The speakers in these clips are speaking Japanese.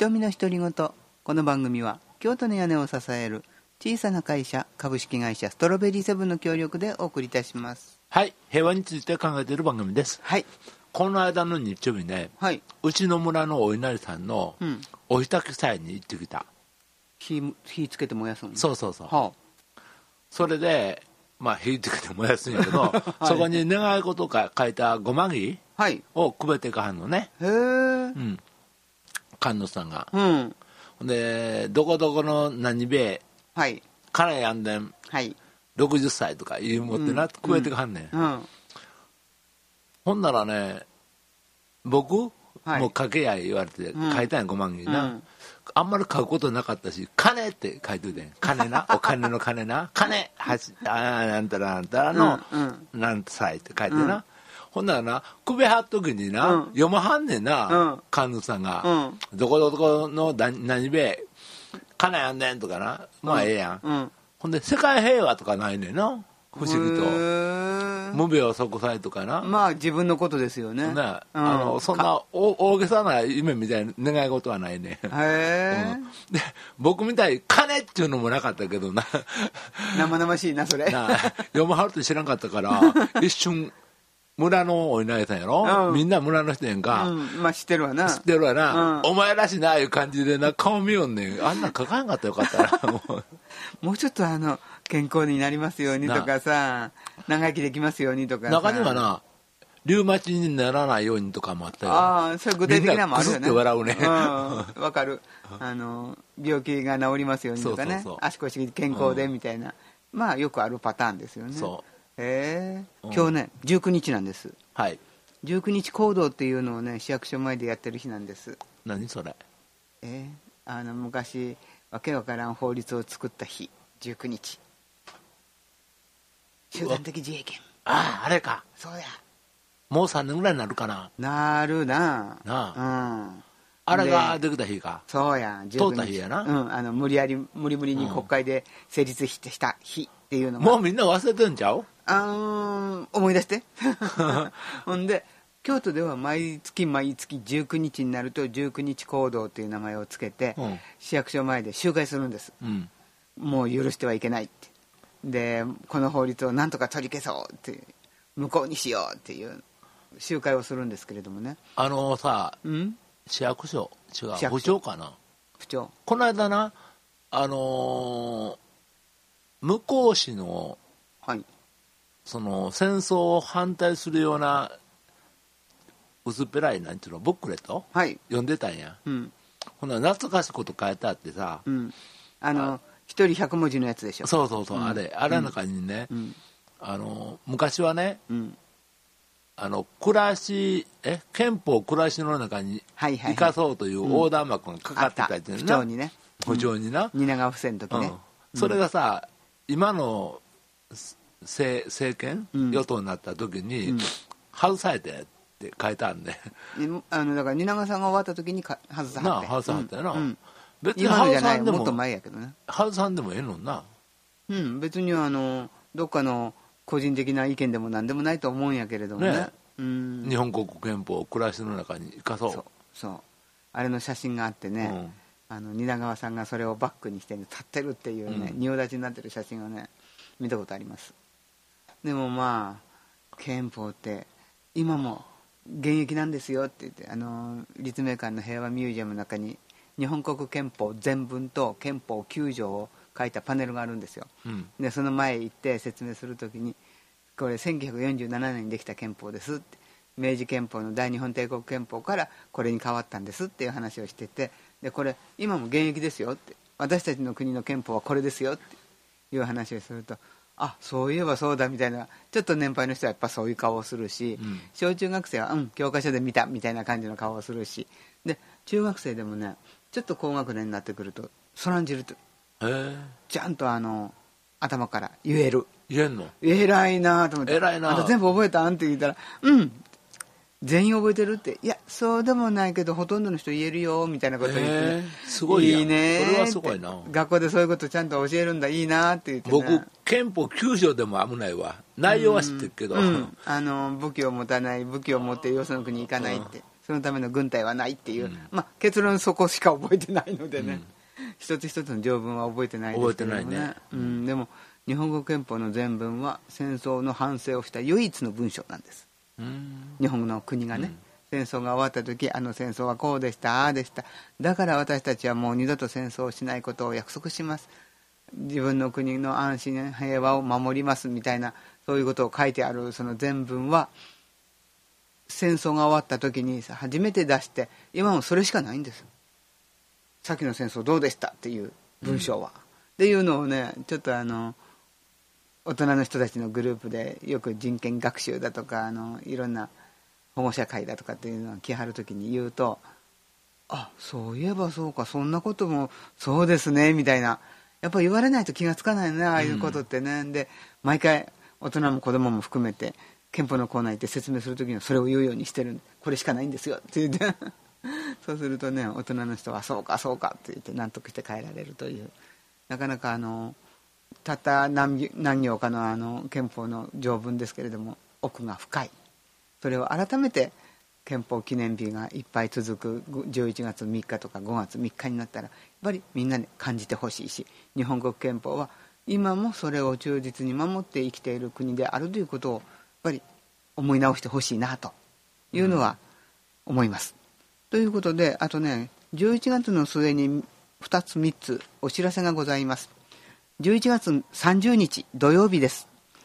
瞳の独り言。この番組は京都の屋根を支える小さな会社株式会社ストロベリーセブンの協力でお送りいたします。 はい、平和について考えている番組です。 はい。 この間の日曜日ね、 はい、 うちの村のお稲荷さんのおひたき祭に行ってきた。 火つけて燃やすの。 そうそうそう、 はあ、 それで火つけて燃やすんやけど、はい、そこに願い事が書いたごまぎをくべていかはんのね。 へえ、うん、 神主さんが、 うん、 でどこどこの何べ、 はい、 金やんでん、 はい、 60歳とかいう持ってな、くべていかはんねん、 うん、 ほんならね、僕、 はい、 もう書けや言われて書いたんや、ごまぎな、 うん、 あんまり書くことなかったし、金って書いててん。金な、お金の金な、金、なんたらなんたらの、なん歳って書いてな。ほんならな、くべはっときにな、読まはんねんな、神主さんが。どこどこの何べ、金やんねんとかな、ええやん。ほんで、世界平和とかないねんな、不思議と。無病息災とかな。 自分のことですよね。 そんな大げさな夢みたいな願い事はないね。 へで僕みたいに金っていうのもなかったけどな、 生々しいなそれ。 読まはるって知らんかったから一瞬村のお稲荷さんやろ、みんな村の人やんか、 知ってるわな、 知ってるわな、お前らしいないう感じでな顔見よんねん。あんなん書かんかったらよかったなもうちょっと健康になりますようにとかさ、長生きできますようにとかさ、 中にはなリウマチにならないようにとかもあったよ。 ああ、それ具体的なもあるよね。 みんなクスって笑うね。 わかる。病気が治りますようにとかね、足腰健康でみたいな、よくあるパターンですよね。 そう。 今日ね19日なんです。 はい。 19日行動っていうのをね市役所前でやってる日なんです。 何それ？ 昔わけわからん法律を作った日、19日。集団的自衛権。 あれか。 そうや。 もう3年ぐらいになるかな。 なるな。 あれができた日か。 そうや。 通った日やな。 無理に国会で成立した日っていうのが。 もうみんな忘れてんちゃう？ 思い出してほんで京都では毎月19日になると19日行動という名前をつけて、市役所前で集会するんです、もう許してはいけないって、でこの法律をなんとか取り消そうって無効にしようっていう集会をするんですけれどもね。 市役所違う部長かな。 部長、 この間な向こう市の、その戦争を反対するような薄っぺらいなんていうのブックレット、読んでたんや、ほな懐かしいこと書いてあってさ、 一人100文字のやつでしょ。 そう、あれの中にね、昔はね、憲法暮らしの中に生かそうという横断幕がかかってたやつね、 部長にね、 部長にな、 蜷川夫妻の時ね、 それがさ今の政権、与党になった時に、外されてって書いてあるんでだから蜷川さんが終わった時に外さはって外さはったよな、別に今のじゃない、もっと前やけどね。 外さんでもええのにな。 別にどっかの個人的な意見でも何でもないと思うんやけれどもね。 日本国憲法暮らしの中に生かそう。 そうあれの写真があってね、蜷川さんがそれをバックにして、立ってるっていうね、仁王立ちになってる写真をね見たことあります。でも憲法って今も現役なんですよって言って、立命館の平和ミュージアムの中に日本国憲法全文と憲法9条を書いたパネルがあるんですよ、でその前行って説明するときに、これ1947年にできた憲法ですって、明治憲法の大日本帝国憲法からこれに変わったんですっていう話をしてて、でこれ今も現役ですよって、私たちの国の憲法はこれですよっていう話をすると、そういえばそうだみたいな、ちょっと年配の人はやっぱそういう顔をするし、小中学生は教科書で見たみたいな感じの顔をするし、で中学生でもねちょっと高学年になってくるとそらんじるとちゃんと頭から言えんの。偉いなと思って、 偉いな、 あんた全部覚えたんって言ったら、全員覚えてるって、いやそうでもないけどほとんどの人言えるよみたいなことを言って、ね、 すごいやん、 いいね、 それはすごいな。 学校でそういうことちゃんと教えるんだ、いいなって言って、ね、 僕憲法9条でも危ないわ、内容は知ってるけど、 武器を持たない、武器を持ってよその国に行かないって、そそのための軍隊はないっていう、結論そこしか覚えてないのでね、一つ一つの条文は覚えてないですけどもね。 覚えてないね。 でも日本国憲法の全文は戦争の反省をした唯一の文章なんです。日本の国がね、戦争が終わった時、あの戦争はこうでした、ああでした、だから私たちはもう二度と戦争をしないことを約束します、自分の国の安心平和を守りますみたいな、そういうことを書いてあるその全文は、戦争が終わった時に初めて出して、今もそれしかないんです。さっきの戦争どうでしたっていう文章は、っていうのをね、ちょっと大人の人たちのグループでよく人権学習だとかいろんな保護者会だとかっていうのを来はる時に言うと、あ、そういえばそうか、そんなこともそうですねみたいな、やっぱり言われないと気がつかないね、ああいうことってね。で毎回大人も子供も含めて憲法のコーナー行って説明する時にはそれを言うようにしてる、これしかないんですよって言ってそうするとね、大人の人はそうかそうかって言って納得して帰られるという、なかなかたった何行かの憲法の条文ですけれども、奥が深い。それを改めて憲法記念日がいっぱい続く11月3日とか5月3日になったら、やっぱりみんなに感じてほしいし、日本国憲法は今もそれを忠実に守って生きている国であるということをやっぱり思い直してほしいなというのは思います、ということで、あとね、11月の末に2つ3つお知らせがございます。11月30日土曜日です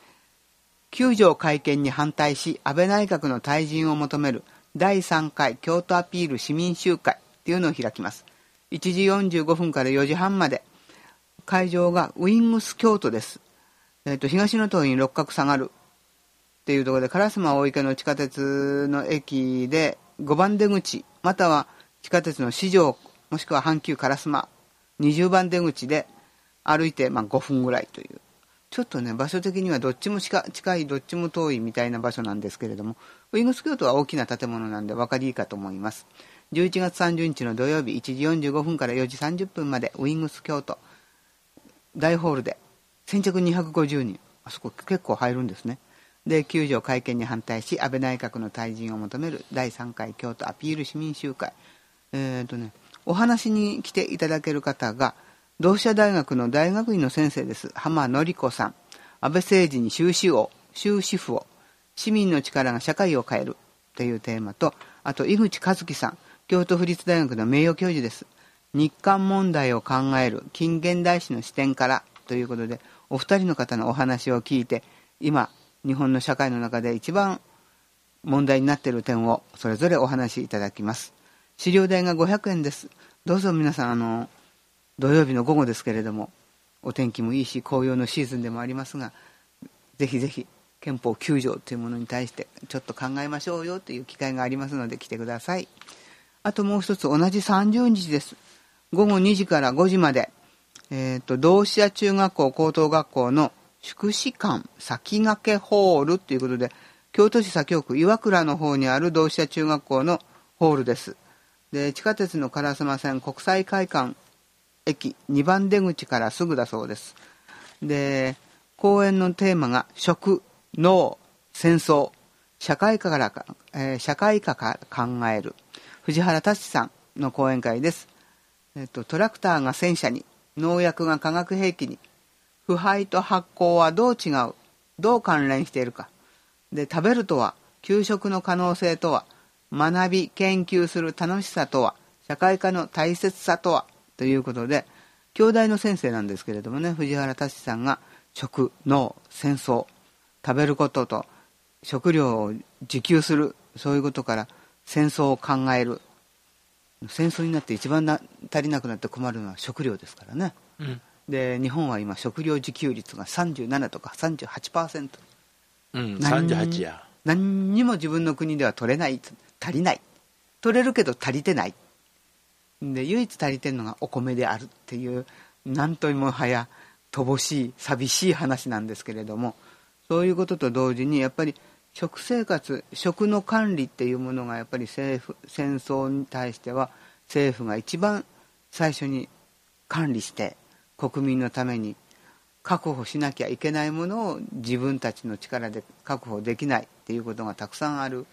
。9条改憲に反対し安倍内閣の退陣を求める第3回京都アピール市民集会というのを開きます。1時45分から4時半まで、会場がウィングス京都です。東の塔に六角下がるっていうところで、烏丸大池の地下鉄の駅で5番出口、または地下鉄の四条もしくは阪急烏丸20番出口で歩いて5分ぐらいという、ちょっとね場所的にはどっちも近いどっちも遠いみたいな場所なんですけれども、ウィングス京都は大きな建物なんで分かりいいかと思います。11月30日の土曜日1時45分から4時30分まで、ウィングス京都大ホールで先着250人、あそこ結構入るんですね。で9条改憲に反対し安倍内閣の退陣を求める第3回京都アピール市民集会、お話に来ていただける方が同志社大学の大学院の先生です。浜典子さん。安倍政治に終止符を、市民の力が社会を変えるというテーマと、あと井口和樹さん、京都府立大学の名誉教授です。日韓問題を考える近現代史の視点からということで、お二人の方のお話を聞いて、今日本の社会の中で一番問題になっている点をそれぞれお話しいただきます。資料代が500円です。どうぞ皆さん土曜日の午後ですけれども、お天気もいいし紅葉のシーズンでもありますが、ぜひぜひ憲法9条というものに対してちょっと考えましょうよという機会がありますので来てください。あともう一つ、同じ30日です。午後2時から5時まで、同志社中学校高等学校の祝祉館先駆けホールということで、京都市左京区岩倉の方にある同志社中学校のホールです。で地下鉄の烏丸線国際会館駅2番出口からすぐだそうです。で講演のテーマが食、農、戦争、社会科から考える、藤原達さんの講演会です。トラクターが戦車に、農薬が化学兵器に、腐敗と発酵はどう違う、どう関連しているか、で食べるとは、給食の可能性とは、学び研究する楽しさとは、社会科の大切さとはということで、京大の先生なんですけれどもね、藤原達さんが食、農、戦争、食べることと食料を自給する、そういうことから戦争を考える、戦争になって一番足りなくなって困るのは食料ですからね、で日本は今食料自給率が37とか 38%、 38や。 何にも自分の国では取れない、足りない、取れるけど足りてないで、唯一足りてるのがお米であるっていう、なんともはや乏しい寂しい話なんですけれども、そういうことと同時にやっぱり食生活、食の管理っていうものがやっぱり戦争に対しては政府が一番最初に管理して国民のために確保しなきゃいけないものを自分たちの力で確保できないっていうことがたくさんある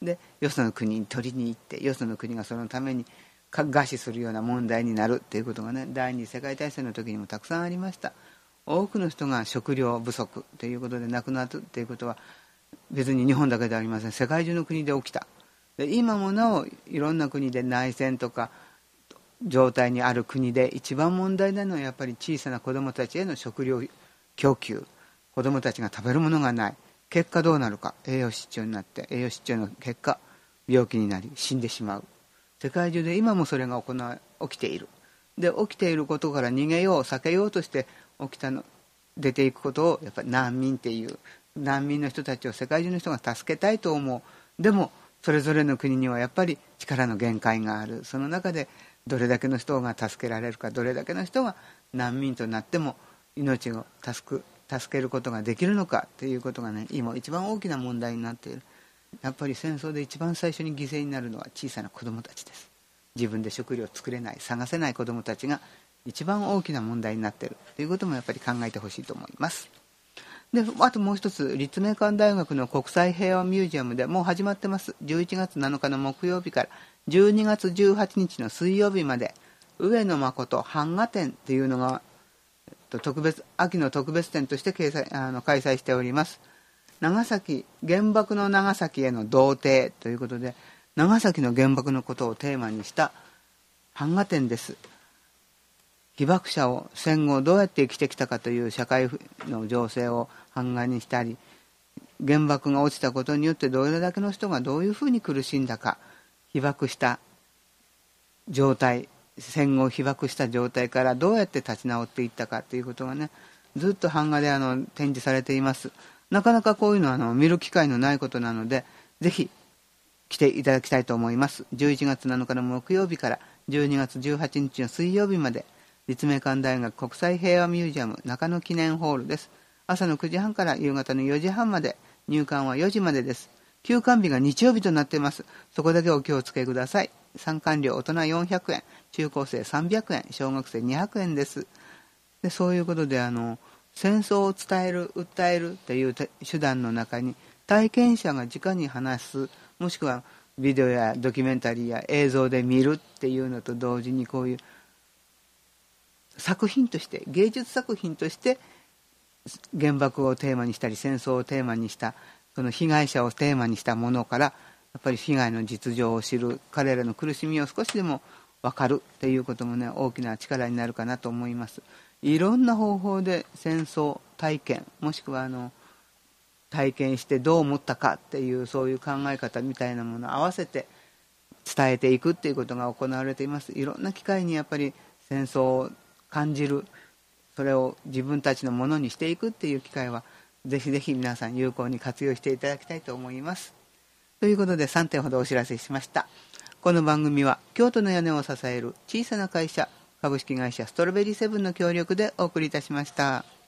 でよその国に取りに行ってよその国がそのために餓死するような問題になるっていうことがね、第二次世界大戦の時にもたくさんありました。多くの人が食料不足ということで亡くなるということは別に日本だけではありません。世界中の国で起きた。で今もなおいろんな国で内戦とか状態にある国で一番問題なのはやっぱり小さな子どもたちへの食料供給。子どもたちが食べるものがない。結果どうなるか。栄養失調になって、栄養失調の結果病気になり死んでしまう。世界中で今もそれが起きている。で起きていることから逃げよう避けようとして出ていくことをやっぱり難民っていう難民の人たちを世界中の人が助けたいと思う。でもそれぞれの国にはやっぱり力の限界がある。その中でどれだけの人が助けられるか、どれだけの人が難民となっても命を助けることができるのかということがね、今一番大きな問題になっている。やっぱり戦争で一番最初に犠牲になるのは小さな子どもたちです。自分で食料を作れない、探せない子どもたちが一番大きな問題になっているということもやっぱり考えてほしいと思います。であともう一つ、立命館大学の国際平和ミュージアムでもう始まってます。11月7日の木曜日から12月18日の水曜日まで上野誠版画展というのが秋の特別展として開催しております。原爆の長崎への同定ということで長崎の原爆のことをテーマにした版画展です。被爆者を戦後どうやって生きてきたかという社会の情勢を版画にしたり、原爆が落ちたことによってどれだけの人がどういうふうに苦しんだか、被爆した状態、戦後被爆した状態からどうやって立ち直っていったかということがね、ずっと版画で展示されています。なかなかこういうのは見る機会のないことなので、ぜひ来ていただきたいと思います。11月7日の木曜日から12月18日の水曜日まで、立命館大学国際平和ミュージアム中野記念ホールです。朝の9時半から夕方の4時半まで、入館は4時までです。休館日が日曜日となっています。そこだけお気をつけください。参観料大人400円、中高生300円、小学生200円です。でそういうことで戦争を伝える訴えるという手段の中に体験者が直に話す、もしくはビデオやドキュメンタリーや映像で見るっていうのと同時に、こういう作品として芸術作品として原爆をテーマにしたり戦争をテーマにしたその被害者をテーマにしたものからやっぱり被害の実情を知る、彼らの苦しみを少しでも分かるということもね、大きな力になるかなと思います。いろんな方法で戦争体験、もしくは体験してどう思ったかっていうそういう考え方みたいなものを合わせて伝えていくっていうことが行われています。いろんな機会にやっぱり戦争を感じる、それを自分たちのものにしていくっていう機会はぜひぜひ皆さん有効に活用していただきたいと思います。ということで3点ほどお知らせしました。この番組は京都の屋根を支える小さな会社株式会社ストロベリーセブンの協力でお送りいたしました。